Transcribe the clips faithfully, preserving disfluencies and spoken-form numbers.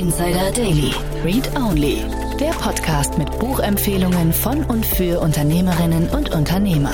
Insider Daily. Read Only. Der Podcast mit Buchempfehlungen von und für Unternehmerinnen und Unternehmer.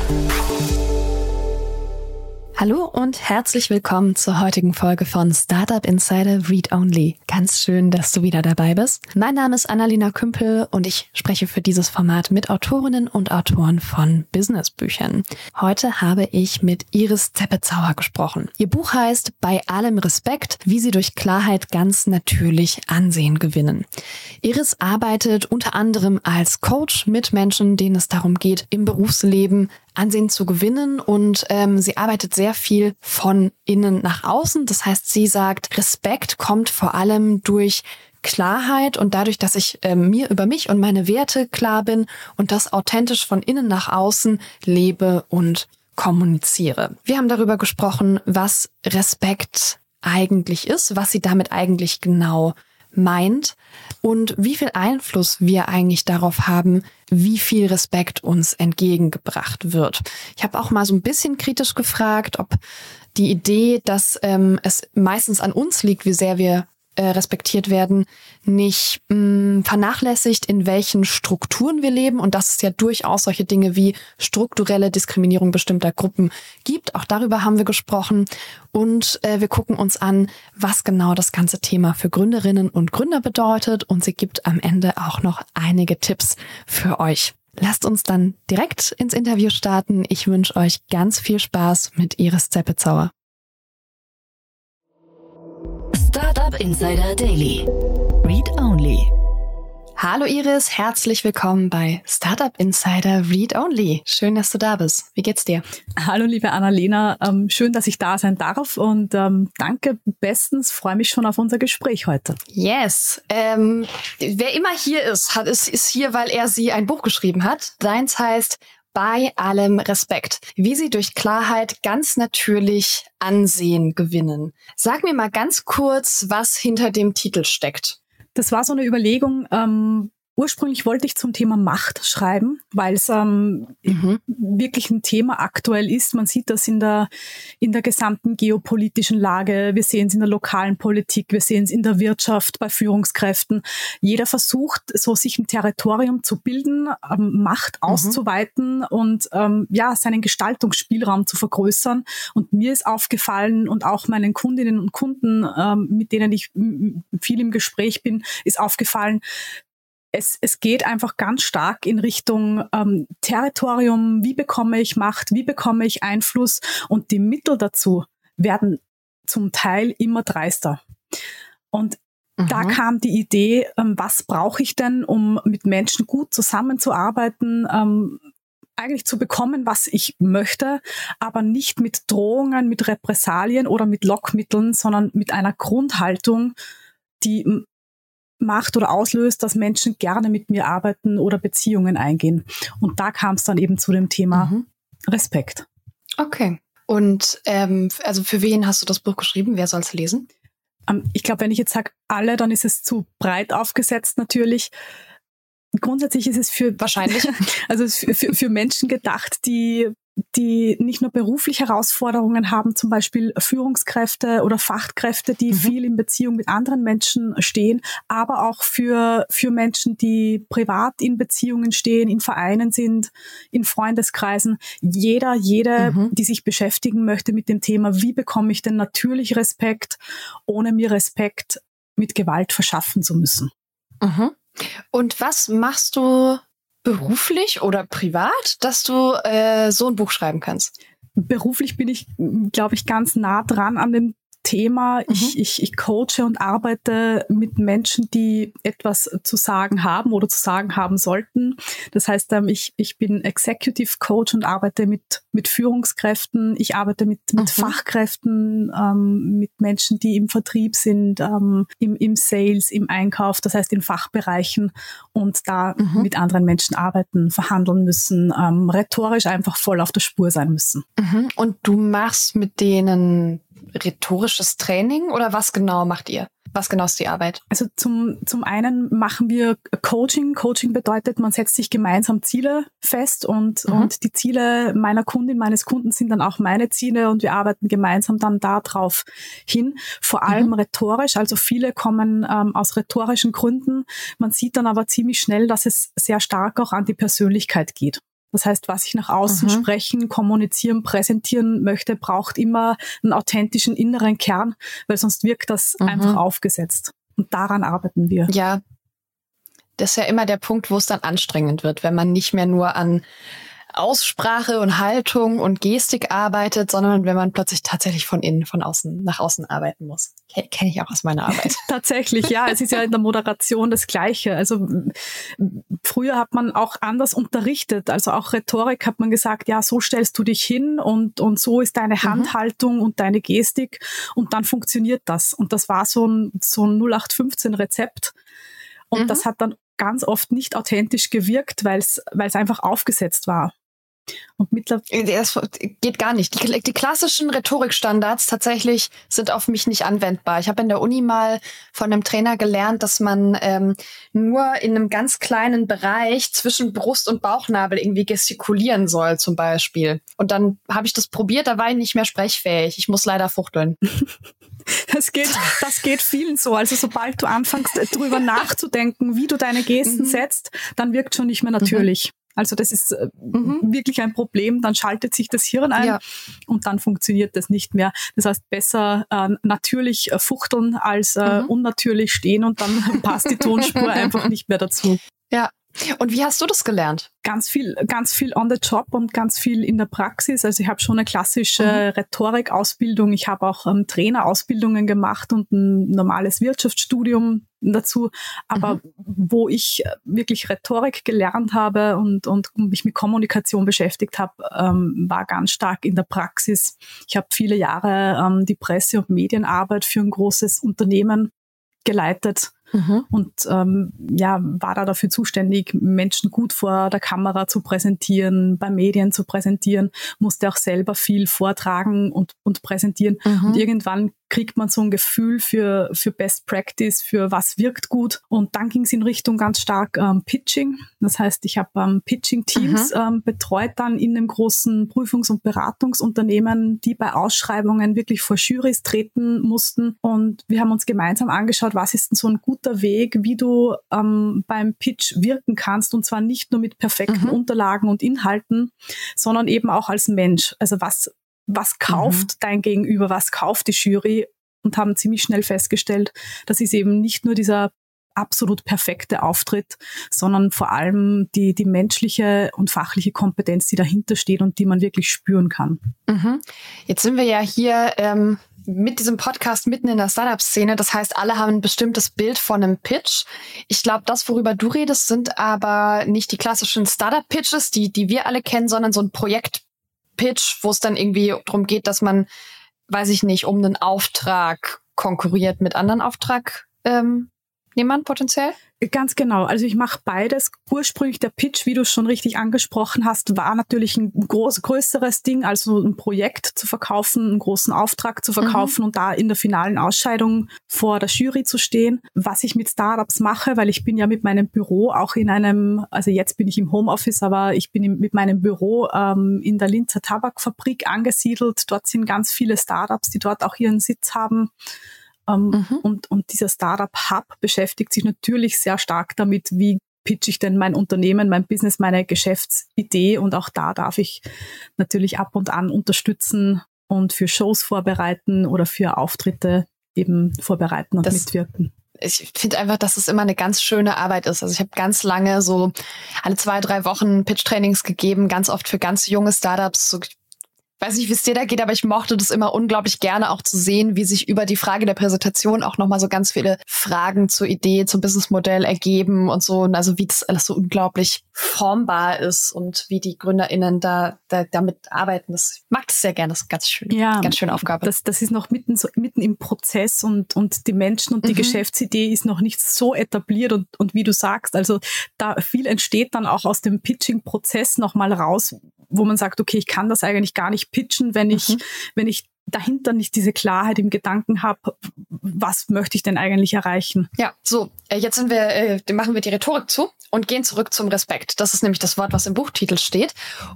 Hallo und herzlich willkommen zur heutigen Folge von Startup Insider Read Only. Ganz schön, dass du wieder dabei bist. Mein Name ist Annalena Kümpel und ich spreche für dieses Format mit Autorinnen und Autoren von Businessbüchern. Heute habe ich mit Iris Zeppezauer gesprochen. Ihr Buch heißt Bei allem Respekt, wie sie durch Klarheit ganz natürlich Ansehen gewinnen. Iris arbeitet unter anderem als Coach mit Menschen, denen es darum geht, im Berufsleben Ansehen zu gewinnen, und ähm, sie arbeitet sehr viel von innen nach außen. Das heißt, sie sagt, Respekt kommt vor allem durch Klarheit und dadurch, dass ich äh, mir über mich und meine Werte klar bin und das authentisch von innen nach außen lebe und kommuniziere. Wir haben darüber gesprochen, was Respekt eigentlich ist, was sie damit eigentlich genau meint und wie viel Einfluss wir eigentlich darauf haben, wie viel Respekt uns entgegengebracht wird. Ich habe auch mal so ein bisschen kritisch gefragt, ob die Idee, dass ähm, es meistens an uns liegt, wie sehr wir äh, respektiert werden, nicht mh, vernachlässigt, in welchen Strukturen wir leben, und dass es ja durchaus solche Dinge wie strukturelle Diskriminierung bestimmter Gruppen gibt. Auch darüber haben wir gesprochen. Und äh, wir gucken uns an, was genau das ganze Thema für Gründerinnen und Gründer bedeutet. Und sie gibt am Ende auch noch einige Tipps für euch. Lasst uns dann direkt ins Interview starten. Ich wünsche euch ganz viel Spaß mit Iris Zeppezauer. Startup Insider Daily. Read Only. Hallo Iris, herzlich willkommen bei Startup Insider Read Only. Schön, dass du da bist. Wie geht's dir? Hallo liebe Annalena, ähm, schön, dass ich da sein darf, und ähm, danke bestens, freue mich schon auf unser Gespräch heute. Yes, ähm, wer immer hier ist, hat, ist, ist hier, weil er sie ein Buch geschrieben hat. Deins heißt Bei allem Respekt, wie sie durch Klarheit ganz natürlich Ansehen gewinnen. Sag mir mal ganz kurz, was hinter dem Titel steckt. Das war so eine Überlegung. Ähm, ursprünglich wollte ich zum Thema Macht schreiben, weil es ähm, mhm. wirklich ein Thema aktuell ist. Man sieht das in der in der gesamten geopolitischen Lage. Wir sehen es in der lokalen Politik, wir sehen es in der Wirtschaft, bei Führungskräften. Jeder versucht, so sich ein Territorium zu bilden, ähm, Macht mhm. auszuweiten und ähm, ja seinen Gestaltungsspielraum zu vergrößern. Und mir ist aufgefallen, und auch meinen Kundinnen und Kunden, ähm, mit denen ich m- viel im Gespräch bin, ist aufgefallen, Es, es geht einfach ganz stark in Richtung ähm, Territorium. Wie bekomme ich Macht? Wie bekomme ich Einfluss? Und die Mittel dazu werden zum Teil immer dreister. Und mhm. da kam die Idee, ähm, was brauche ich denn, um mit Menschen gut zusammenzuarbeiten, ähm, eigentlich zu bekommen, was ich möchte, aber nicht mit Drohungen, mit Repressalien oder mit Lockmitteln, sondern mit einer Grundhaltung, die macht oder auslöst, dass Menschen gerne mit mir arbeiten oder Beziehungen eingehen. Und da kam es dann eben zu dem Thema mhm. Respekt. Okay. Und ähm, also für wen hast du das Buch geschrieben? Wer soll es lesen? Ähm, ich glaube, wenn ich jetzt sage alle, dann ist es zu breit aufgesetzt natürlich. Grundsätzlich ist es für wahrscheinlich also es ist für, für Menschen gedacht, die die nicht nur berufliche Herausforderungen haben, zum Beispiel Führungskräfte oder Fachkräfte, die mhm. viel in Beziehung mit anderen Menschen stehen, aber auch für für Menschen, die privat in Beziehungen stehen, in Vereinen sind, in Freundeskreisen. Jeder, jede, mhm. die sich beschäftigen möchte mit dem Thema, wie bekomme ich denn natürlich Respekt, ohne mir Respekt mit Gewalt verschaffen zu müssen. Mhm. Und was machst du beruflich oder privat, dass du äh, so ein Buch schreiben kannst? Beruflich bin ich, glaube ich, ganz nah dran an dem Thema. Mhm. Ich, ich, ich coache und arbeite mit Menschen, die etwas zu sagen haben oder zu sagen haben sollten. Das heißt, ich, ich bin Executive Coach und arbeite mit, mit Führungskräften. Ich arbeite mit, mit mhm. Fachkräften, ähm, mit Menschen, die im Vertrieb sind, ähm, im, im Sales, im Einkauf, das heißt in Fachbereichen, und da mhm. mit anderen Menschen arbeiten, verhandeln müssen, ähm, rhetorisch einfach voll auf der Spur sein müssen. Mhm. Und du machst mit denen rhetorisches Training, oder was genau macht ihr? Was genau ist die Arbeit? Also zum, zum einen machen wir Coaching. Coaching bedeutet, man setzt sich gemeinsam Ziele fest und, mhm. und die Ziele meiner Kundin, meines Kunden sind dann auch meine Ziele und wir arbeiten gemeinsam dann da drauf hin. Vor allem mhm. rhetorisch, also viele kommen ähm, aus rhetorischen Gründen. Man sieht dann aber ziemlich schnell, dass es sehr stark auch an die Persönlichkeit geht. Das heißt, was ich nach außen mhm. sprechen, kommunizieren, präsentieren möchte, braucht immer einen authentischen inneren Kern, weil sonst wirkt das mhm. einfach aufgesetzt. Und daran arbeiten wir. Ja, das ist ja immer der Punkt, wo es dann anstrengend wird, wenn man nicht mehr nur an Aussprache und Haltung und Gestik arbeitet, sondern wenn man plötzlich tatsächlich von innen, von außen nach außen arbeiten muss. Kenne ich auch aus meiner Arbeit. Tatsächlich, ja. Es ist ja in der Moderation das Gleiche. Also früher hat man auch anders unterrichtet. Also auch Rhetorik hat man gesagt, ja, so stellst du dich hin und, und so ist deine Handhaltung mhm. und deine Gestik und dann funktioniert das. Und das war so ein, so ein null acht fünfzehn Rezept. Und mhm. das hat dann ganz oft nicht authentisch gewirkt, weil es weil es einfach aufgesetzt war. Und mittlerweile das geht gar nicht. Die, die klassischen Rhetorikstandards tatsächlich sind auf mich nicht anwendbar. Ich habe in der Uni mal von einem Trainer gelernt, dass man ähm, nur in einem ganz kleinen Bereich zwischen Brust und Bauchnabel irgendwie gestikulieren soll, zum Beispiel. Und dann habe ich das probiert, da war ich nicht mehr sprechfähig. Ich muss leider fuchteln. Das geht, das geht vielen so. Also sobald du anfängst, drüber nachzudenken, wie du deine Gesten mhm. setzt, dann wirkt schon nicht mehr natürlich. Mhm. Also das ist äh, mhm. wirklich ein Problem. Dann schaltet sich das Hirn ein ja. und dann funktioniert das nicht mehr. Das heißt, besser äh, natürlich äh, fuchteln als äh, mhm. unnatürlich stehen und dann passt die Tonspur einfach nicht mehr dazu. Ja. Und wie hast du das gelernt? Ganz viel, ganz viel on the job und ganz viel in der Praxis. Also ich habe schon eine klassische mhm. Rhetorikausbildung. Ich habe auch ähm, Trainerausbildungen gemacht und ein normales Wirtschaftsstudium dazu. Aber mhm. wo ich wirklich Rhetorik gelernt habe und, und mich mit Kommunikation beschäftigt habe, ähm, war ganz stark in der Praxis. Ich habe viele Jahre ähm, die Presse- und Medienarbeit für ein großes Unternehmen geleitet. Mhm. Und ähm, ja, war da dafür zuständig, Menschen gut vor der Kamera zu präsentieren, bei Medien zu präsentieren, musste auch selber viel vortragen und, und präsentieren. Mhm. Und irgendwann kriegt man so ein Gefühl für, für Best Practice, für was wirkt gut. Und dann ging es in Richtung ganz stark ähm, Pitching. Das heißt, ich habe ähm, Pitching-Teams mhm. ähm, betreut dann in einem großen Prüfungs- und Beratungsunternehmen, die bei Ausschreibungen wirklich vor Jurys treten mussten. Und wir haben uns gemeinsam angeschaut, was ist denn so ein guter Weg, wie du ähm, beim Pitch wirken kannst. Und zwar nicht nur mit perfekten mhm. Unterlagen und Inhalten, sondern eben auch als Mensch. Also was Was kauft mhm. dein Gegenüber, was kauft die Jury, und haben ziemlich schnell festgestellt, das ist eben nicht nur dieser absolut perfekte Auftritt, sondern vor allem die, die menschliche und fachliche Kompetenz, die dahinter steht und die man wirklich spüren kann. Mhm. Jetzt sind wir ja hier ähm, mit diesem Podcast mitten in der Startup-Szene. Das heißt, alle haben ein bestimmtes Bild von einem Pitch. Ich glaube, das, worüber du redest, sind aber nicht die klassischen Startup-Pitches, die, die wir alle kennen, sondern so ein Projekt Pitch, wo es dann irgendwie darum geht, dass man, weiß ich nicht, um einen Auftrag konkurriert mit anderen Auftragnehmern ähm, potenziell? Ganz genau. Also ich mache beides. Ursprünglich der Pitch, wie du es schon richtig angesprochen hast, war natürlich ein groß, größeres Ding, also ein Projekt zu verkaufen, einen großen Auftrag zu verkaufen mhm. und da in der finalen Ausscheidung vor der Jury zu stehen. Was ich mit Startups mache, weil ich bin ja mit meinem Büro auch in einem, also jetzt bin ich im Homeoffice, aber ich bin im, mit meinem Büro ähm, in der Linzer Tabakfabrik angesiedelt. Dort sind ganz viele Startups, die dort auch ihren Sitz haben. Um, mhm. und, und dieser Startup-Hub beschäftigt sich natürlich sehr stark damit, wie pitche ich denn mein Unternehmen, mein Business, meine Geschäftsidee. Und auch da darf ich natürlich ab und an unterstützen und für Shows vorbereiten oder für Auftritte eben vorbereiten und das mitwirken. Ich finde einfach, dass es immer eine ganz schöne Arbeit ist. Also ich habe ganz lange so alle zwei, drei Wochen Pitch-Trainings gegeben, ganz oft für ganz junge Startups, so weiß nicht, wie es dir da geht, aber ich mochte das immer unglaublich gerne auch zu sehen, wie sich über die Frage der Präsentation auch nochmal so ganz viele Fragen zur Idee, zum Businessmodell ergeben und so. Und also wie das alles so unglaublich formbar ist und wie die GründerInnen da, da damit arbeiten. Das, ich mag das sehr gerne, das ist ganz schön. Ja, ganz schöne Aufgabe. Das, das ist noch mitten, so, mitten im Prozess und, und die Menschen und die mhm. Geschäftsidee ist noch nicht so etabliert und, und wie du sagst, also da viel entsteht dann auch aus dem Pitching-Prozess nochmal raus, wo man sagt, okay, ich kann das eigentlich gar nicht pitchen, wenn ich, mhm. wenn ich dahinter nicht diese Klarheit im Gedanken habe, was möchte ich denn eigentlich erreichen? Ja, so, jetzt sind wir, äh, machen wir die Rhetorik zu und gehen zurück zum Respekt. Das ist nämlich das Wort, was im Buchtitel steht.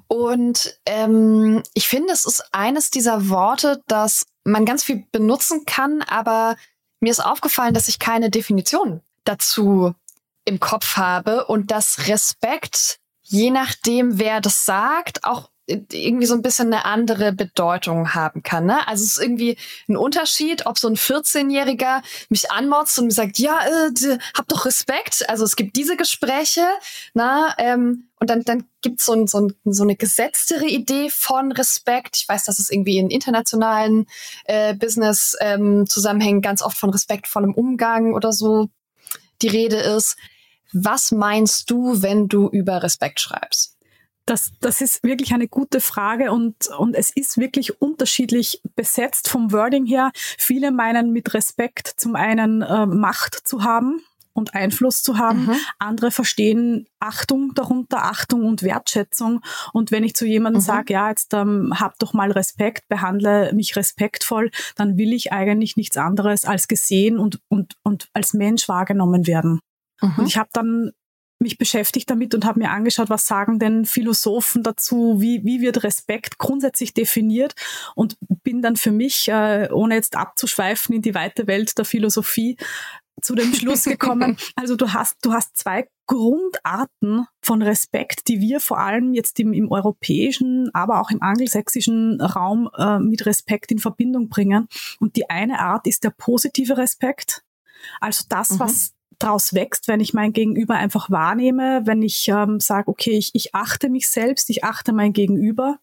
Und ähm, ich finde, es ist eines dieser Worte, das man ganz viel benutzen kann, aber mir ist aufgefallen, dass ich keine Definition dazu im Kopf habe und dass Respekt, je nachdem, wer das sagt, auch irgendwie so ein bisschen eine andere Bedeutung haben kann. Ne? Also es ist irgendwie ein Unterschied, ob so ein vierzehnjähriger mich anmotzt und mir sagt, ja, äh, hab doch Respekt. Also es gibt diese Gespräche, na, ähm, und dann, dann gibt's so, ein, so, ein, so eine gesetztere Idee von Respekt. Ich weiß, dass es irgendwie in internationalen äh, Business-Zusammenhängen ähm, ganz oft von respektvollem Umgang oder so die Rede ist. Was meinst du, wenn du über Respekt schreibst? Das, das ist wirklich eine gute Frage und, und es ist wirklich unterschiedlich besetzt vom Wording her. Viele meinen mit Respekt zum einen äh, Macht zu haben und Einfluss zu haben. Mhm. Andere verstehen Achtung darunter, Achtung und Wertschätzung. Und wenn ich zu jemandem mhm. sage, ja, jetzt ähm, hab doch mal Respekt, behandle mich respektvoll, dann will ich eigentlich nichts anderes als gesehen und, und, und als Mensch wahrgenommen werden. Mhm. Und ich habe dann mich beschäftigt damit und habe mir angeschaut, was sagen denn Philosophen dazu, wie, wie wird Respekt grundsätzlich definiert und bin dann für mich, äh, ohne jetzt abzuschweifen in die weite Welt der Philosophie, zu dem Schluss gekommen, also du hast, du hast zwei Grundarten von Respekt, die wir vor allem jetzt im, im europäischen, aber auch im angelsächsischen Raum äh, mit Respekt in Verbindung bringen. Und die eine Art ist der positive Respekt, also das, mhm. was draus wächst, wenn ich mein Gegenüber einfach wahrnehme, wenn ich ähm, sage, okay, ich, ich achte mich selbst, ich achte mein Gegenüber.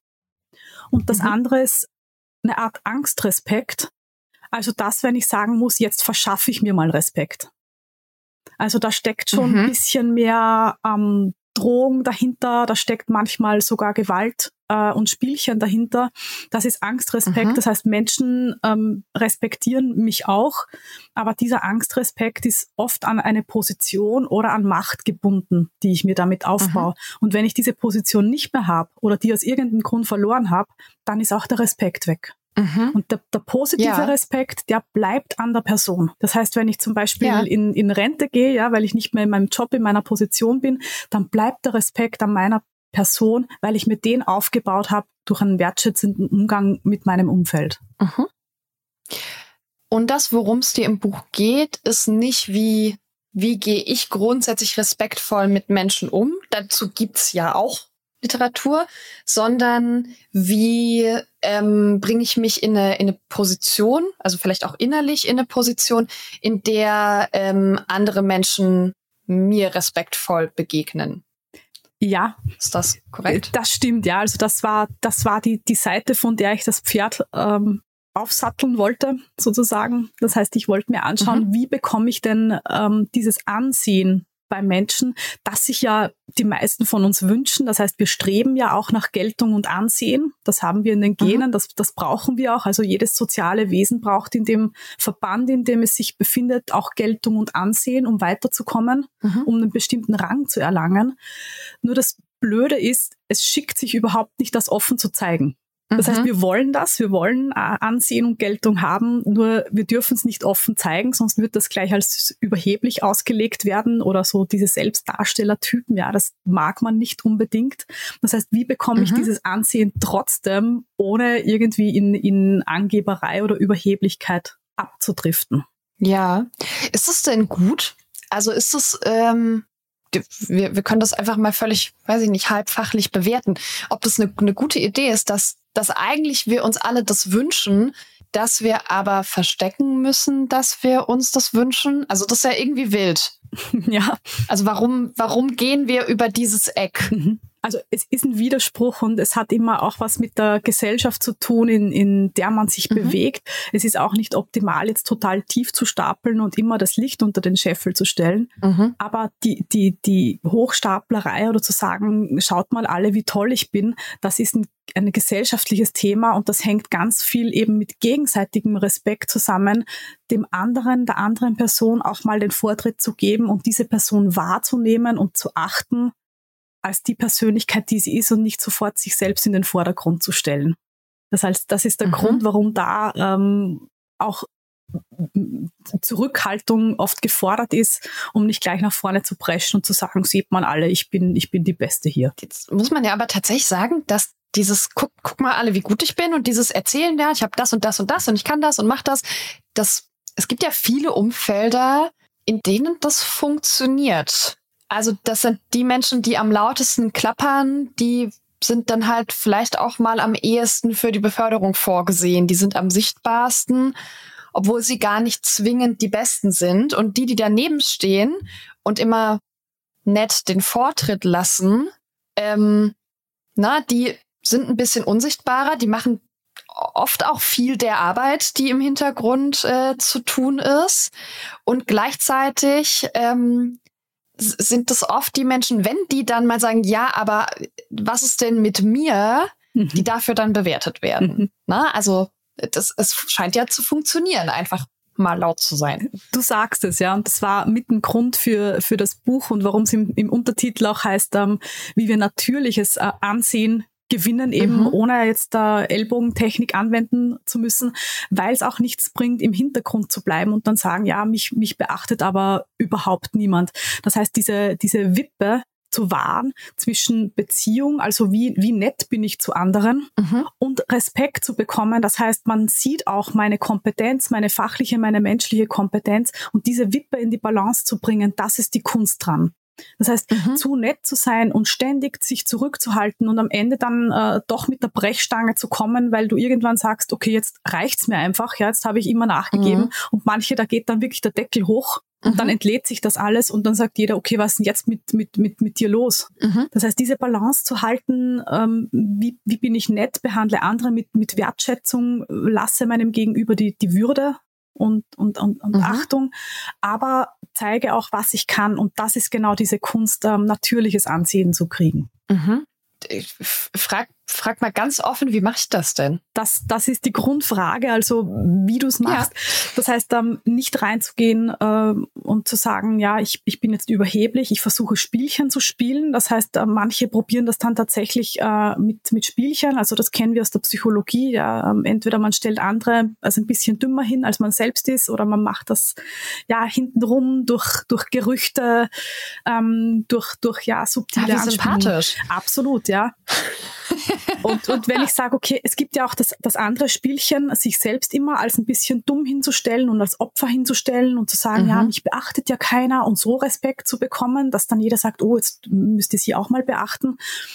Und das mhm. andere ist eine Art Angstrespekt. Also das, wenn ich sagen muss, jetzt verschaffe ich mir mal Respekt. Also da steckt schon mhm. ein bisschen mehr ähm, Drohung dahinter, da steckt manchmal sogar Gewalt äh, und Spielchen dahinter. Das ist Angstrespekt, mhm. das heißt, Menschen ähm, respektieren mich auch, aber dieser Angstrespekt ist oft an eine Position oder an Macht gebunden, die ich mir damit aufbaue. Mhm. Und wenn ich diese Position nicht mehr habe oder die aus irgendeinem Grund verloren habe, dann ist auch der Respekt weg. Mhm. Und der, der positive ja. Respekt, der bleibt an der Person. Das heißt, wenn ich zum Beispiel ja. in, in Rente gehe, ja, weil ich nicht mehr in meinem Job, in meiner Position bin, dann bleibt der Respekt an meiner Person, weil ich mir den aufgebaut habe durch einen wertschätzenden Umgang mit meinem Umfeld. Mhm. Und das, worum es dir im Buch geht, ist nicht wie, wie gehe ich grundsätzlich respektvoll mit Menschen um? Dazu gibt's ja auch Literatur, sondern wie ähm, bringe ich mich in eine, in eine Position, also vielleicht auch innerlich in eine Position, in der ähm, andere Menschen mir respektvoll begegnen. Ja. Ist das korrekt? Das stimmt, ja. Also das war, das war die, die Seite, von der ich das Pferd ähm, aufsatteln wollte, sozusagen. Das heißt, ich wollte mir anschauen, mhm. wie bekomme ich denn ähm, dieses Ansehen bei Menschen, das sich ja die meisten von uns wünschen. Das heißt, wir streben ja auch nach Geltung und Ansehen. Das haben wir in den Genen, mhm. das, das brauchen wir auch. Also jedes soziale Wesen braucht in dem Verband, in dem es sich befindet, auch Geltung und Ansehen, um weiterzukommen, mhm. um einen bestimmten Rang zu erlangen. Nur das Blöde ist, es schickt sich überhaupt nicht, das offen zu zeigen. Das mhm. heißt, wir wollen das, wir wollen äh, Ansehen und Geltung haben, nur wir dürfen es nicht offen zeigen, sonst wird das gleich als überheblich ausgelegt werden oder so diese Selbstdarstellertypen, ja, das mag man nicht unbedingt. Das heißt, wie bekomme ich mhm. dieses Ansehen trotzdem, ohne irgendwie in, in Angeberei oder Überheblichkeit abzudriften? Ja, ist es denn gut? Also ist es... Ähm Wir, wir können das einfach mal völlig, weiß ich nicht, halbfachlich bewerten, ob das eine, eine gute Idee ist, dass, dass eigentlich wir uns alle das wünschen, dass wir aber verstecken müssen, dass wir uns das wünschen. Also das ist ja irgendwie wild. Ja. Also warum, warum gehen wir über dieses Eck? Mhm. Also es ist ein Widerspruch und es hat immer auch was mit der Gesellschaft zu tun, in, in der man sich mhm. bewegt. Es ist auch nicht optimal, jetzt total tief zu stapeln und immer das Licht unter den Scheffel zu stellen. Mhm. Aber die, die, die Hochstaplerei oder zu sagen, schaut mal alle, wie toll ich bin, das ist ein, ein gesellschaftliches Thema und das hängt ganz viel eben mit gegenseitigem Respekt zusammen, dem anderen, der anderen Person auch mal den Vortritt zu geben und diese Person wahrzunehmen und zu achten, als die Persönlichkeit, die sie ist und nicht sofort sich selbst in den Vordergrund zu stellen. Das heißt, das ist der mhm. Grund, warum da ähm, auch Zurückhaltung oft gefordert ist, um nicht gleich nach vorne zu preschen und zu sagen, sieht man alle, ich bin, ich bin die Beste hier. Jetzt muss man ja aber tatsächlich sagen, dass dieses guck, guck mal alle, wie gut ich bin und dieses Erzählen, ja, ich habe das und das und das und ich kann das und mach das, das, es gibt ja viele Umfelder, in denen das funktioniert. Also das sind die Menschen, die am lautesten klappern, die sind dann halt vielleicht auch mal am ehesten für die Beförderung vorgesehen, die sind am sichtbarsten, obwohl sie gar nicht zwingend die Besten sind. Und die, die daneben stehen und immer nett den Vortritt lassen, ähm, na, die sind ein bisschen unsichtbarer, die machen oft auch viel der Arbeit, die im Hintergrund äh, zu tun ist. Und gleichzeitig ähm, sind das oft die Menschen, wenn die dann mal sagen, ja, aber was ist denn mit mir, mhm. die dafür dann bewertet werden. Mhm. Na, also das, es scheint ja zu funktionieren, einfach mal laut zu sein. Du sagst es, ja. Und das war mit ein Grund für, für das Buch und warum es im, im Untertitel auch heißt, ähm, wie wir natürliches äh, Ansehen gewinnen, eben mhm. ohne jetzt da Ellbogentechnik anwenden zu müssen, weil es auch nichts bringt, im Hintergrund zu bleiben und dann sagen, ja, mich, mich beachtet aber überhaupt niemand. Das heißt, diese, diese Wippe zu wahren zwischen Beziehung, also wie, wie nett bin ich zu anderen mhm. und Respekt zu bekommen. Das heißt, man sieht auch meine Kompetenz, meine fachliche, meine menschliche Kompetenz und diese Wippe in die Balance zu bringen, das ist die Kunst dran. Das heißt, mhm. zu nett zu sein und ständig sich zurückzuhalten und am Ende dann äh, doch mit der Brechstange zu kommen, weil du irgendwann sagst, okay, jetzt reicht's mir einfach, ja, jetzt habe ich immer nachgegeben mhm. und manche, da geht dann wirklich der Deckel hoch und mhm. dann entlädt sich das alles und dann sagt jeder, okay, was ist denn jetzt mit mit mit mit dir los? Mhm. Das heißt, diese Balance zu halten, ähm, wie wie bin ich nett, behandle andere mit mit Wertschätzung, lasse meinem Gegenüber die die Würde und und und, und mhm. Achtung, aber zeige auch, was ich kann und das ist genau diese Kunst, ähm, natürliches Ansehen zu kriegen. Mhm. Ich frag, frag mal ganz offen, wie mache ich das denn? Das, das ist die Grundfrage, also wie du es machst. Ja. Das heißt, ähm, nicht reinzugehen äh, und zu sagen, ja, ich, ich bin jetzt überheblich, ich versuche Spielchen zu spielen. Das heißt, äh, manche probieren das dann tatsächlich äh, mit, mit Spielchen. Also das kennen wir aus der Psychologie. Ja, ähm, entweder man stellt andere also ein bisschen dümmer hin, als man selbst ist, oder man macht das ja hintenrum durch, durch Gerüchte, ähm, durch, durch ja subtile ja, wie sympathisch. Absolut, ja. Und, und wenn ich sage, okay, es gibt ja auch das, das andere Spielchen, sich selbst immer als ein bisschen dumm hinzustellen und als Opfer hinzustellen und zu sagen, mhm. ja, mich beachtet ja keiner und so Respekt zu bekommen, dass dann jeder sagt, oh, jetzt müsst ihr sie auch mal beachten.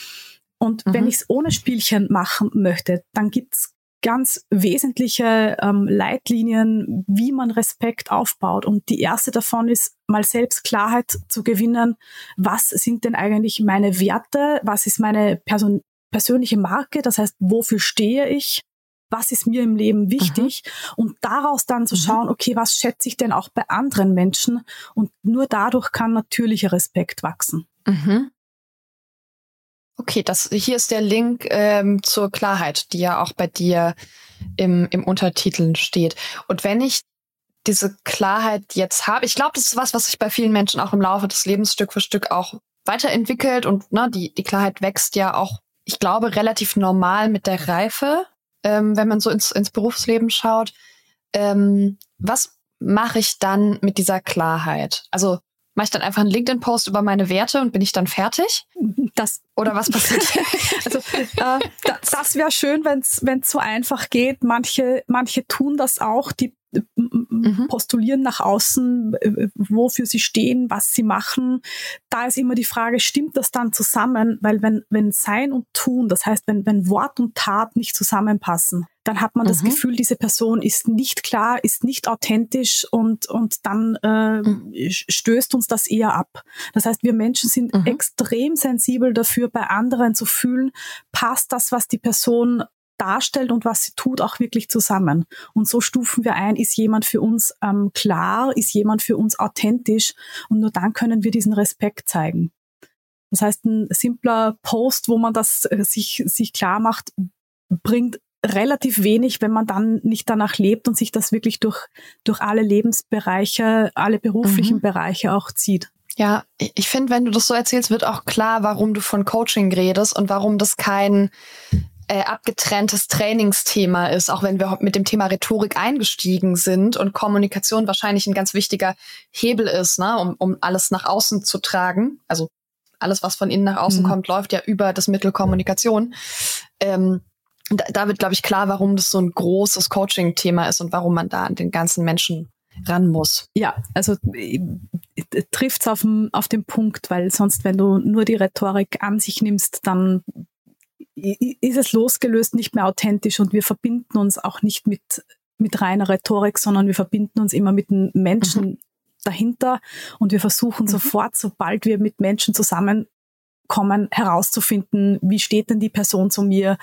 Und mhm. wenn ich es ohne Spielchen machen möchte, dann gibt's ganz wesentliche ähm, Leitlinien, wie man Respekt aufbaut. Und die erste davon ist, mal selbst Klarheit zu gewinnen. Was sind denn eigentlich meine Werte? Was ist meine Person- persönliche Marke? Das heißt, wofür stehe ich? Was ist mir im Leben wichtig? Mhm. Und daraus dann zu schauen, okay, was schätze ich denn auch bei anderen Menschen? Und nur dadurch kann natürlicher Respekt wachsen. Mhm. Okay, das hier ist der Link ähm, zur Klarheit, die ja auch bei dir im, im Untertitel steht. Und wenn ich diese Klarheit jetzt habe, ich glaube, das ist was, was sich bei vielen Menschen auch im Laufe des Lebens Stück für Stück auch weiterentwickelt und ne, die, die Klarheit wächst ja auch, ich glaube, relativ normal mit der Reife, ähm, wenn man so ins, ins Berufsleben schaut. Ähm, was mache ich dann mit dieser Klarheit? Also mache ich dann einfach einen LinkedIn-Post über meine Werte und bin ich dann fertig? Das Oder was passiert? Also äh, das, das wäre schön, wenn es wenn es so einfach geht. Manche manche tun das auch, die mhm. postulieren nach außen, wofür sie stehen, was sie machen. Da ist immer die Frage, stimmt das dann zusammen? Weil wenn wenn Sein und Tun, das heißt, wenn wenn Wort und Tat nicht zusammenpassen, dann hat man mhm. das Gefühl, diese Person ist nicht klar, ist nicht authentisch und und dann äh, mhm. stößt uns das eher ab. Das heißt, wir Menschen sind mhm. extrem sensibel dafür, bei anderen zu fühlen, passt das, was die Person darstellt und was sie tut, auch wirklich zusammen. Und so stufen wir ein, ist jemand für uns ähm, klar, ist jemand für uns authentisch und nur dann können wir diesen Respekt zeigen. Das heißt, ein simpler Post, wo man das äh, sich, sich klar macht, bringt relativ wenig, wenn man dann nicht danach lebt und sich das wirklich durch, durch alle Lebensbereiche, alle beruflichen mhm. Bereiche auch zieht. Ja, ich finde, wenn du das so erzählst, wird auch klar, warum du von Coaching redest und warum das kein äh, abgetrenntes Trainingsthema ist, auch wenn wir mit dem Thema Rhetorik eingestiegen sind und Kommunikation wahrscheinlich ein ganz wichtiger Hebel ist, ne, um, um alles nach außen zu tragen. Also alles, was von innen nach außen mhm. kommt, läuft ja über das Mittel Kommunikation. Ähm, da, da wird, glaube ich, klar, warum das so ein großes Coaching-Thema ist und warum man da an den ganzen Menschen ran muss. Ja, also trifft es auf, auf den Punkt, weil sonst, wenn du nur die Rhetorik an sich nimmst, dann ist es losgelöst nicht mehr authentisch und wir verbinden uns auch nicht mit, mit reiner Rhetorik, sondern wir verbinden uns immer mit den Menschen mhm. dahinter und wir versuchen mhm. sofort, sobald wir mit Menschen zusammenkommen, herauszufinden, wie steht denn die Person zu mir,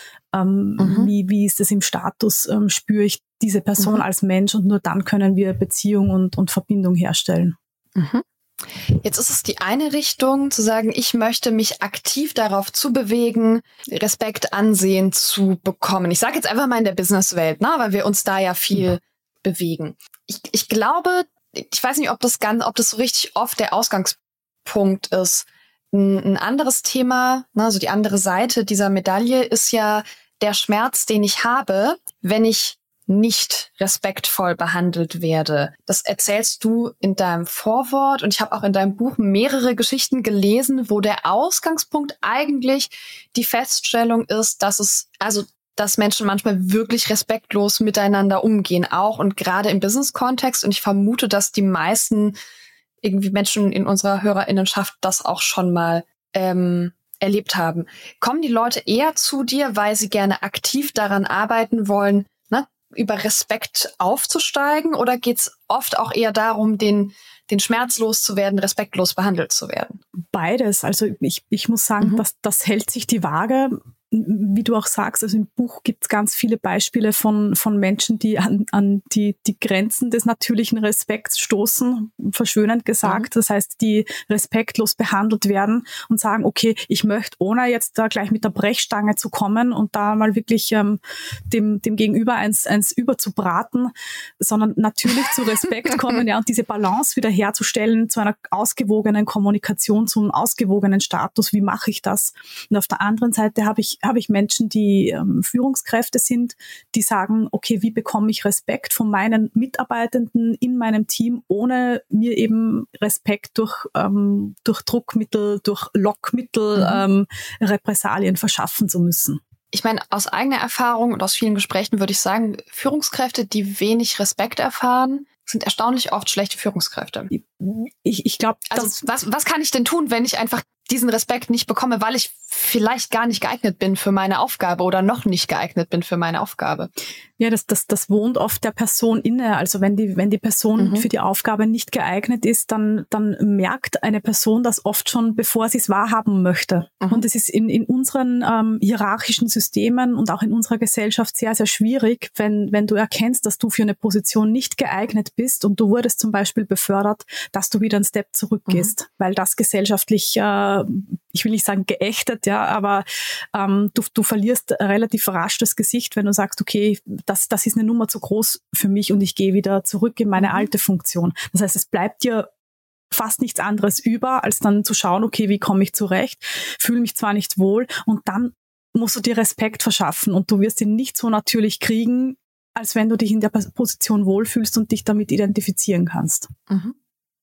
ähm, mhm. wie, wie ist es im Status, ähm, spüre ich diese Person mhm. als Mensch und nur dann können wir Beziehung und, und Verbindung herstellen. Mhm. Jetzt ist es die eine Richtung, zu sagen, ich möchte mich aktiv darauf zubewegen, Respekt, Ansehen zu bekommen. Ich sage jetzt einfach mal in der Businesswelt, ne, weil wir uns da ja viel ja. bewegen. Ich, ich glaube, ich weiß nicht, ob das ganz, ob das so richtig oft der Ausgangspunkt ist. Ein, ein anderes Thema, ne, also die andere Seite dieser Medaille ist ja der Schmerz, den ich habe, wenn ich nicht respektvoll behandelt werde. Das erzählst du in deinem Vorwort und ich habe auch in deinem Buch mehrere Geschichten gelesen, wo der Ausgangspunkt eigentlich die Feststellung ist, dass es, also dass Menschen manchmal wirklich respektlos miteinander umgehen, auch und gerade im Business-Kontext. Und ich vermute, dass die meisten irgendwie Menschen in unserer HörerInnenschaft das auch schon mal ähm, erlebt haben. Kommen die Leute eher zu dir, weil sie gerne aktiv daran arbeiten wollen, ne, über Respekt aufzusteigen, oder geht's oft auch eher darum, den den Schmerz loszuwerden, respektlos behandelt zu werden? Beides. Also ich, ich muss sagen, mhm. dass das hält sich die Waage. Wie du auch sagst, also im Buch gibt es ganz viele Beispiele von von Menschen, die an, an die die Grenzen des natürlichen Respekts stoßen, verschönend gesagt. Mhm. Das heißt, die respektlos behandelt werden und sagen, okay, ich möchte, ohne jetzt da gleich mit der Brechstange zu kommen und da mal wirklich ähm, dem dem Gegenüber eins eins überzubraten, sondern natürlich zu Respekt kommen, ja, und diese Balance wieder herzustellen zu einer ausgewogenen Kommunikation, zu einem ausgewogenen Status. Wie mache ich das? Und auf der anderen Seite habe ich habe ich Menschen, die ähm, Führungskräfte sind, die sagen, okay, wie bekomme ich Respekt von meinen Mitarbeitenden in meinem Team, ohne mir eben Respekt durch, ähm, durch Druckmittel, durch Lockmittel, mhm. ähm, Repressalien verschaffen zu müssen. Ich meine, aus eigener Erfahrung und aus vielen Gesprächen würde ich sagen, Führungskräfte, die wenig Respekt erfahren, sind erstaunlich oft schlechte Führungskräfte. Ich, ich glaube, also was, was kann ich denn tun, wenn ich einfach diesen Respekt nicht bekomme, weil ich vielleicht gar nicht geeignet bin für meine Aufgabe oder noch nicht geeignet bin für meine Aufgabe? Ja, das, das, das wohnt oft der Person inne. Also wenn die, wenn die Person mhm. für die Aufgabe nicht geeignet ist, dann, dann merkt eine Person das oft schon, bevor sie es wahrhaben möchte. Mhm. Und es ist in, in unseren ähm, hierarchischen Systemen und auch in unserer Gesellschaft sehr, sehr schwierig, wenn, wenn du erkennst, dass du für eine Position nicht geeignet bist und du wurdest zum Beispiel befördert, dass du wieder einen Step zurückgehst, mhm. weil das gesellschaftlich, äh, ich will nicht sagen geächtet, ja, aber ähm, du, du verlierst relativ rasch das Gesicht, wenn du sagst, okay, das, das ist eine Nummer zu groß für mich und ich gehe wieder zurück in meine mhm. alte Funktion. Das heißt, es bleibt dir fast nichts anderes über, als dann zu schauen, okay, wie komme ich zurecht, fühle mich zwar nicht wohl und dann musst du dir Respekt verschaffen und du wirst ihn nicht so natürlich kriegen, als wenn du dich in der Position wohlfühlst und dich damit identifizieren kannst. Mhm.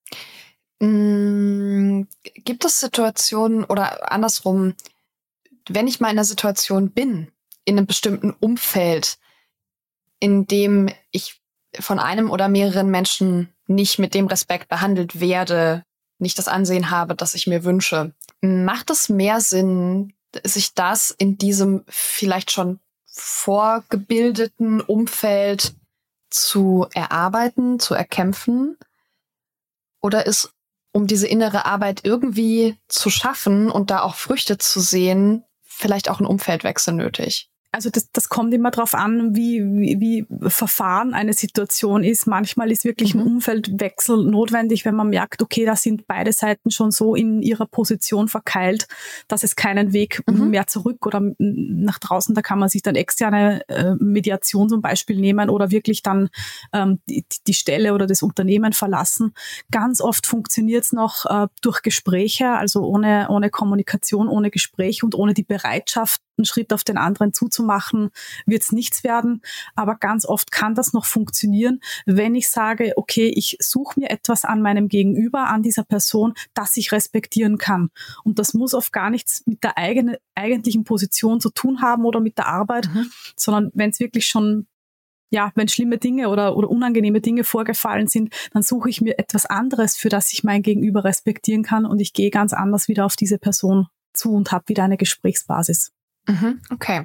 Mm, gibt es Situationen oder andersrum, wenn ich mal in einer Situation bin, in einem bestimmten Umfeld, in dem ich von einem oder mehreren Menschen nicht mit dem Respekt behandelt werde, nicht das Ansehen habe, das ich mir wünsche, macht es mehr Sinn, sich das in diesem vielleicht schon vorgebildeten Umfeld zu erarbeiten, zu erkämpfen? Oder ist, um diese innere Arbeit irgendwie zu schaffen und da auch Früchte zu sehen, vielleicht auch ein Umfeldwechsel nötig? Also das, das kommt immer drauf an, wie, wie, wie verfahren eine Situation ist. Manchmal ist wirklich mhm. ein Umfeldwechsel notwendig, wenn man merkt, okay, da sind beide Seiten schon so in ihrer Position verkeilt, dass es keinen Weg mhm. mehr zurück oder nach draußen, da kann man sich dann externe äh, Mediation zum Beispiel nehmen oder wirklich dann ähm, die, die Stelle oder das Unternehmen verlassen. Ganz oft funktioniert es noch äh, durch Gespräche, also ohne, ohne Kommunikation, ohne Gespräch und ohne die Bereitschaft, einen Schritt auf den anderen zuzumachen, wird es nichts werden. Aber ganz oft kann das noch funktionieren, wenn ich sage, okay, ich suche mir etwas an meinem Gegenüber, an dieser Person, das ich respektieren kann. Und das muss oft gar nichts mit der eigenen, eigentlichen Position zu tun haben oder mit der Arbeit, mhm. sondern wenn es wirklich schon, ja, wenn schlimme Dinge oder, oder unangenehme Dinge vorgefallen sind, dann suche ich mir etwas anderes, für das ich mein Gegenüber respektieren kann und ich gehe ganz anders wieder auf diese Person zu und habe wieder eine Gesprächsbasis. Mhm, okay.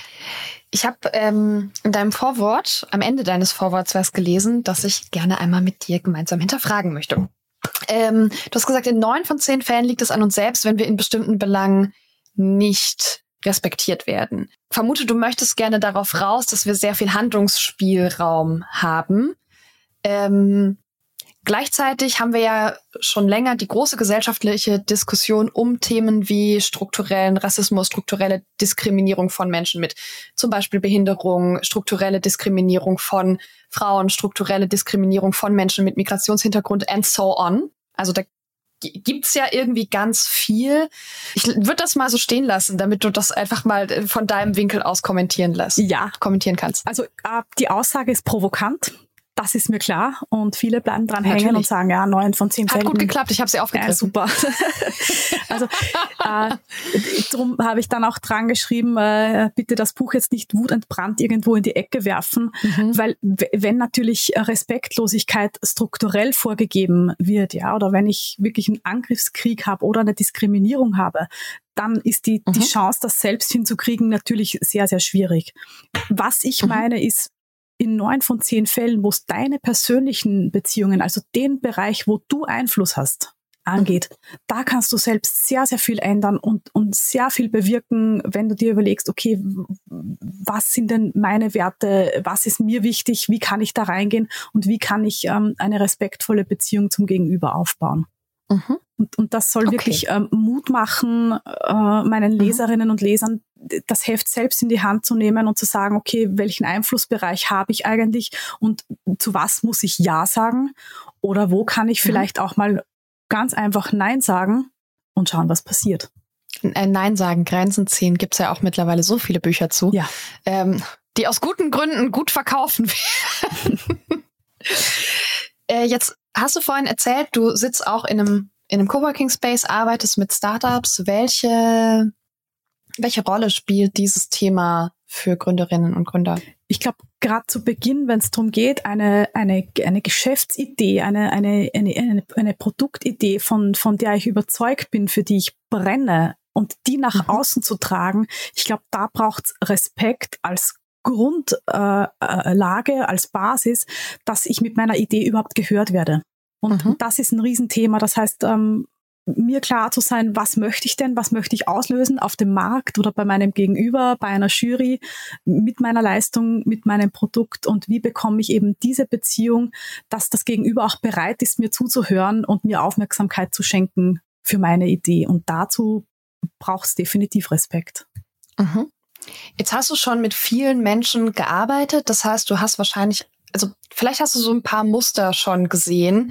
Ich habe ähm, in deinem Vorwort, am Ende deines Vorworts was gelesen, das ich gerne einmal mit dir gemeinsam hinterfragen möchte. Ähm, du hast gesagt, in neun von zehn Fällen liegt es an uns selbst, wenn wir in bestimmten Belangen nicht respektiert werden. Vermute, du möchtest gerne darauf raus, dass wir sehr viel Handlungsspielraum haben. Ähm, Gleichzeitig haben wir ja schon länger die große gesellschaftliche Diskussion um Themen wie strukturellen Rassismus, strukturelle Diskriminierung von Menschen mit zum Beispiel Behinderung, strukturelle Diskriminierung von Frauen, strukturelle Diskriminierung von Menschen mit Migrationshintergrund and so on. Also da gibt's ja irgendwie ganz viel. Ich würde das mal so stehen lassen, damit du das einfach mal von deinem Winkel aus kommentieren lässt. Ja, kommentieren kannst. Also äh, die Aussage ist provokant. Das ist mir klar. Und viele bleiben dran Natürlich. hängen und sagen, ja, neun von zehn Fällen. Hat gut geklappt, ich habe sie aufgegriffen. Ja, super. Also äh, darum habe ich dann auch dran geschrieben, äh, bitte das Buch jetzt nicht wutentbrannt irgendwo in die Ecke werfen, mhm. weil w- wenn natürlich Respektlosigkeit strukturell vorgegeben wird, ja, oder wenn ich wirklich einen Angriffskrieg habe oder eine Diskriminierung habe, dann ist die, mhm. die Chance, das selbst hinzukriegen, natürlich sehr, sehr schwierig. Was ich mhm. meine ist, in neun von zehn Fällen, wo es deine persönlichen Beziehungen, also den Bereich, wo du Einfluss hast, angeht, mhm. da kannst du selbst sehr, sehr viel ändern und, und sehr viel bewirken, wenn du dir überlegst, okay, was sind denn meine Werte, was ist mir wichtig, wie kann ich da reingehen und wie kann ich ähm, eine respektvolle Beziehung zum Gegenüber aufbauen. Mhm. Und, und das soll okay. wirklich ähm, Mut machen, äh, meinen Leserinnen mhm. und Lesern das Heft selbst in die Hand zu nehmen und zu sagen, okay, welchen Einflussbereich habe ich eigentlich und zu was muss ich Ja sagen oder wo kann ich mhm. vielleicht auch mal ganz einfach Nein sagen und schauen, was passiert. Nein sagen, Grenzen ziehen, gibt's ja auch mittlerweile so viele Bücher zu, ja. ähm, die aus guten Gründen gut verkaufen werden. äh, jetzt hast du vorhin erzählt, du sitzt auch in einem in einem Coworking Space, arbeitest mit Startups. Welche welche Rolle spielt dieses Thema für Gründerinnen und Gründer? Ich glaube, gerade zu Beginn, wenn es darum geht, eine eine eine Geschäftsidee, eine eine eine eine, eine Produktidee, von von der ich überzeugt bin, für die ich brenne und die nach mhm. außen zu tragen, ich glaube, da braucht's Respekt als Grundlage, äh, als Basis, dass ich mit meiner Idee überhaupt gehört werde. Und mhm. das ist ein Riesenthema. Das heißt, ähm, mir klar zu sein, was möchte ich denn, was möchte ich auslösen auf dem Markt oder bei meinem Gegenüber, bei einer Jury, mit meiner Leistung, mit meinem Produkt und wie bekomme ich eben diese Beziehung, dass das Gegenüber auch bereit ist, mir zuzuhören und mir Aufmerksamkeit zu schenken für meine Idee. Und dazu braucht es definitiv Respekt. Mhm. Jetzt hast du schon mit vielen Menschen gearbeitet. Das heißt, du hast wahrscheinlich, also vielleicht hast du so ein paar Muster schon gesehen.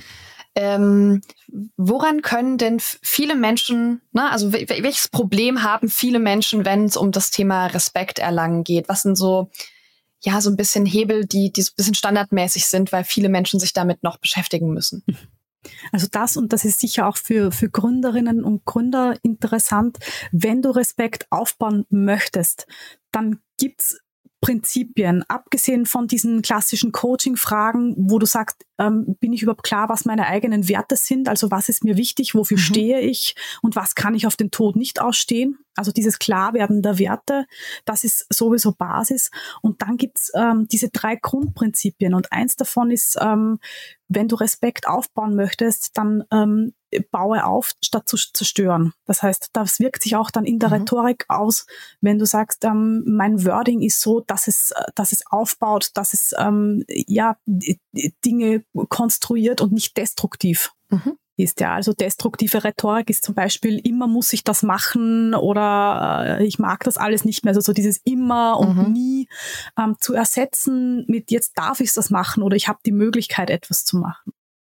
Ähm, woran können denn viele Menschen, ne, also w- welches Problem haben viele Menschen, wenn es um das Thema Respekt erlangen geht? Was sind so, ja, so ein bisschen Hebel, die, die so ein bisschen standardmäßig sind, weil viele Menschen sich damit noch beschäftigen müssen? Also das, und das ist sicher auch für, für Gründerinnen und Gründer interessant, wenn du Respekt aufbauen möchtest, dann gibt's Prinzipien, abgesehen von diesen klassischen Coaching-Fragen, wo du sagst, ähm, bin ich überhaupt klar, was meine eigenen Werte sind, also was ist mir wichtig, wofür mhm. stehe ich und was kann ich auf den Tod nicht ausstehen, also dieses Klarwerden der Werte, das ist sowieso Basis. Und dann gibt's ähm, diese drei Grundprinzipien und eins davon ist, ähm, wenn du Respekt aufbauen möchtest, dann ähm, baue auf, statt zu zerstören. Das heißt, das wirkt sich auch dann in der mhm. Rhetorik aus, wenn du sagst, ähm, mein Wording ist so, dass es, dass es aufbaut, dass es ähm, ja Dinge konstruiert und nicht destruktiv mhm. ist. Ja, also destruktive Rhetorik ist zum Beispiel, immer muss ich das machen oder äh, ich mag das alles nicht mehr. Also so dieses immer und mhm. nie ähm, zu ersetzen mit jetzt darf ich das machen oder ich habe die Möglichkeit, etwas zu machen.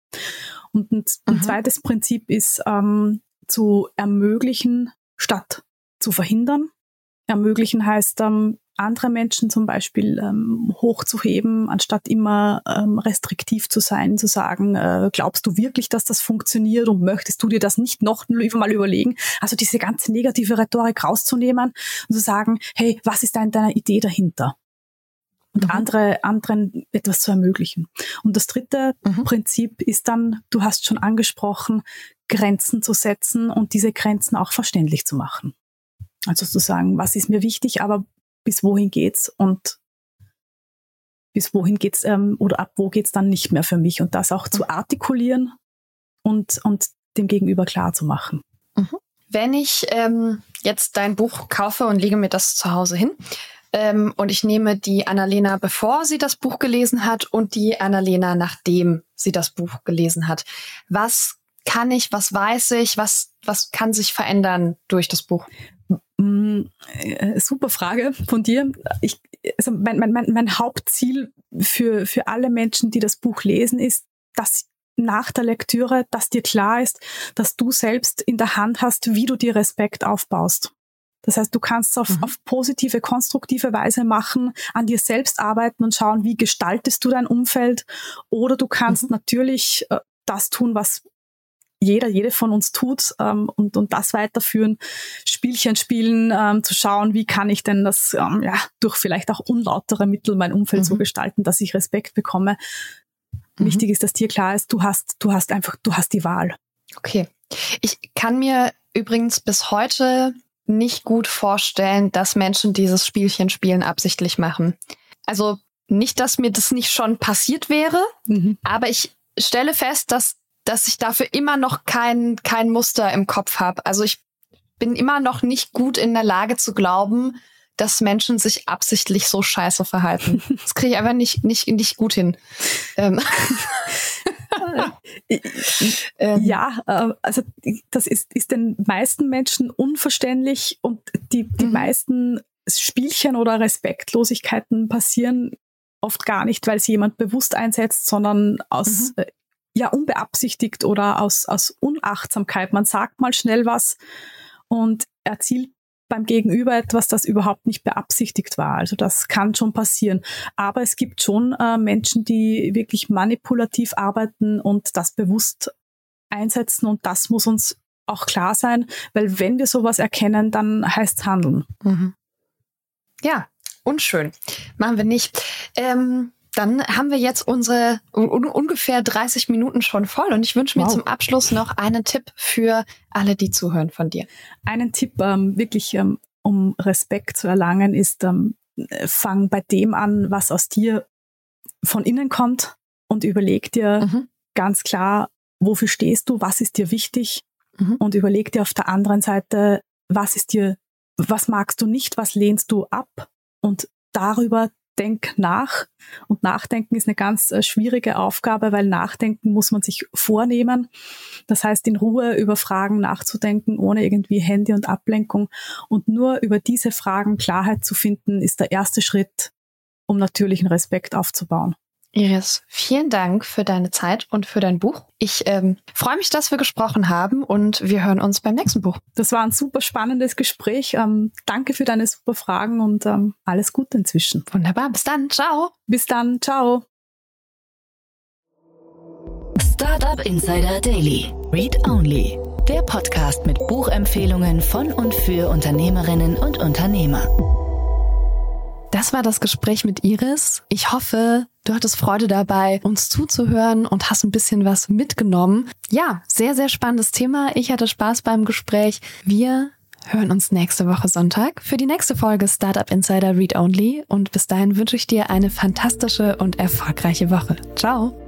Und ein, ein mhm. zweites Prinzip ist, ähm, zu ermöglichen, statt zu verhindern. Ermöglichen heißt, ähm, andere Menschen zum Beispiel ähm, hochzuheben, anstatt immer ähm, restriktiv zu sein, zu sagen, äh, glaubst du wirklich, dass das funktioniert und möchtest du dir das nicht noch mal überlegen? Also diese ganze negative Rhetorik rauszunehmen und zu sagen, hey, was ist denn deine Idee dahinter? Und mhm. andere, anderen etwas zu ermöglichen. Und das dritte mhm. Prinzip ist dann, du hast schon angesprochen, Grenzen zu setzen und diese Grenzen auch verständlich zu machen. Also zu sagen, was ist mir wichtig, aber bis wohin geht's und bis wohin geht's ähm, oder ab wo geht's dann nicht mehr für mich und das auch mhm. zu artikulieren und, und dem Gegenüber klar zu machen. Mhm. Wenn ich ähm, jetzt dein Buch kaufe und lege mir das zu Hause hin, Ähm, und ich nehme die Annalena, bevor sie das Buch gelesen hat und die Annalena, nachdem sie das Buch gelesen hat. Was kann ich, was weiß ich, was, was kann sich verändern durch das Buch? Mm, äh, super Frage von dir. Ich, also mein, mein, mein, mein Hauptziel für, für alle Menschen, die das Buch lesen, ist, dass nach der Lektüre, dass dir klar ist, dass du selbst in der Hand hast, wie du dir Respekt aufbaust. Das heißt, du kannst es auf, mhm. auf positive, konstruktive Weise machen, an dir selbst arbeiten und schauen, wie gestaltest du dein Umfeld. Oder du kannst mhm. natürlich äh, das tun, was jeder, jede von uns tut ähm, und, und das weiterführen, Spielchen spielen, ähm, zu schauen, wie kann ich denn das ähm, ja durch vielleicht auch unlautere Mittel mein Umfeld mhm. so gestalten, dass ich Respekt bekomme. Mhm. Wichtig ist, dass dir klar ist, du hast, du hast einfach, du hast die Wahl. Okay. Ich kann mir übrigens bis heute nicht gut vorstellen, dass Menschen dieses Spielchen spielen absichtlich machen. Also nicht, dass mir das nicht schon passiert wäre, mhm. aber ich stelle fest, dass, dass ich dafür immer noch kein, kein Muster im Kopf habe. Also ich bin immer noch nicht gut in der Lage zu glauben, dass Menschen sich absichtlich so scheiße verhalten. Das kriege ich einfach nicht, nicht, nicht gut hin. Ähm. Ja, also das ist, ist den meisten Menschen unverständlich und die, die mhm. meisten Spielchen oder Respektlosigkeiten passieren oft gar nicht, weil sie jemand bewusst einsetzt, sondern aus mhm. ja unbeabsichtigt oder aus, aus Unachtsamkeit. Man sagt mal schnell was und erzielt beim Gegenüber etwas, das überhaupt nicht beabsichtigt war. Also das kann schon passieren. Aber es gibt schon äh, Menschen, die wirklich manipulativ arbeiten und das bewusst einsetzen und das muss uns auch klar sein, weil wenn wir sowas erkennen, dann heißt es handeln. Mhm. Ja, unschön. Machen wir nicht. Ähm, dann haben wir jetzt unsere un- ungefähr dreißig Minuten schon voll und ich wünsche mir wow. zum Abschluss noch einen Tipp für alle, die zuhören von dir. Einen Tipp, ähm, wirklich ähm, um Respekt zu erlangen, ist, ähm, fang bei dem an, was aus dir von innen kommt und überleg dir mhm. ganz klar, wofür stehst du, was ist dir wichtig mhm. und überleg dir auf der anderen Seite, was ist dir, was magst du nicht, was lehnst du ab und darüber denk nach. Und Nachdenken ist eine ganz äh, schwierige Aufgabe, weil Nachdenken muss man sich vornehmen. Das heißt, in Ruhe über Fragen nachzudenken, ohne irgendwie Handy und Ablenkung. Und nur über diese Fragen Klarheit zu finden, ist der erste Schritt, um natürlichen Respekt aufzubauen. Iris, vielen Dank für deine Zeit und für dein Buch. Ich ähm, freue mich, dass wir gesprochen haben und wir hören uns beim nächsten Buch. Das war ein super spannendes Gespräch. Ähm, danke für deine super Fragen und ähm, alles Gute inzwischen. Wunderbar, bis dann. Ciao. Bis dann. Ciao. Startup Insider Daily. Read Only. Der Podcast mit Buchempfehlungen von und für Unternehmerinnen und Unternehmer. Das war das Gespräch mit Iris. Ich hoffe, du hattest Freude dabei, uns zuzuhören und hast ein bisschen was mitgenommen. Ja, sehr, sehr spannendes Thema. Ich hatte Spaß beim Gespräch. Wir hören uns nächste Woche Sonntag für die nächste Folge Startup Insider Read Only. Und bis dahin wünsche ich dir eine fantastische und erfolgreiche Woche. Ciao!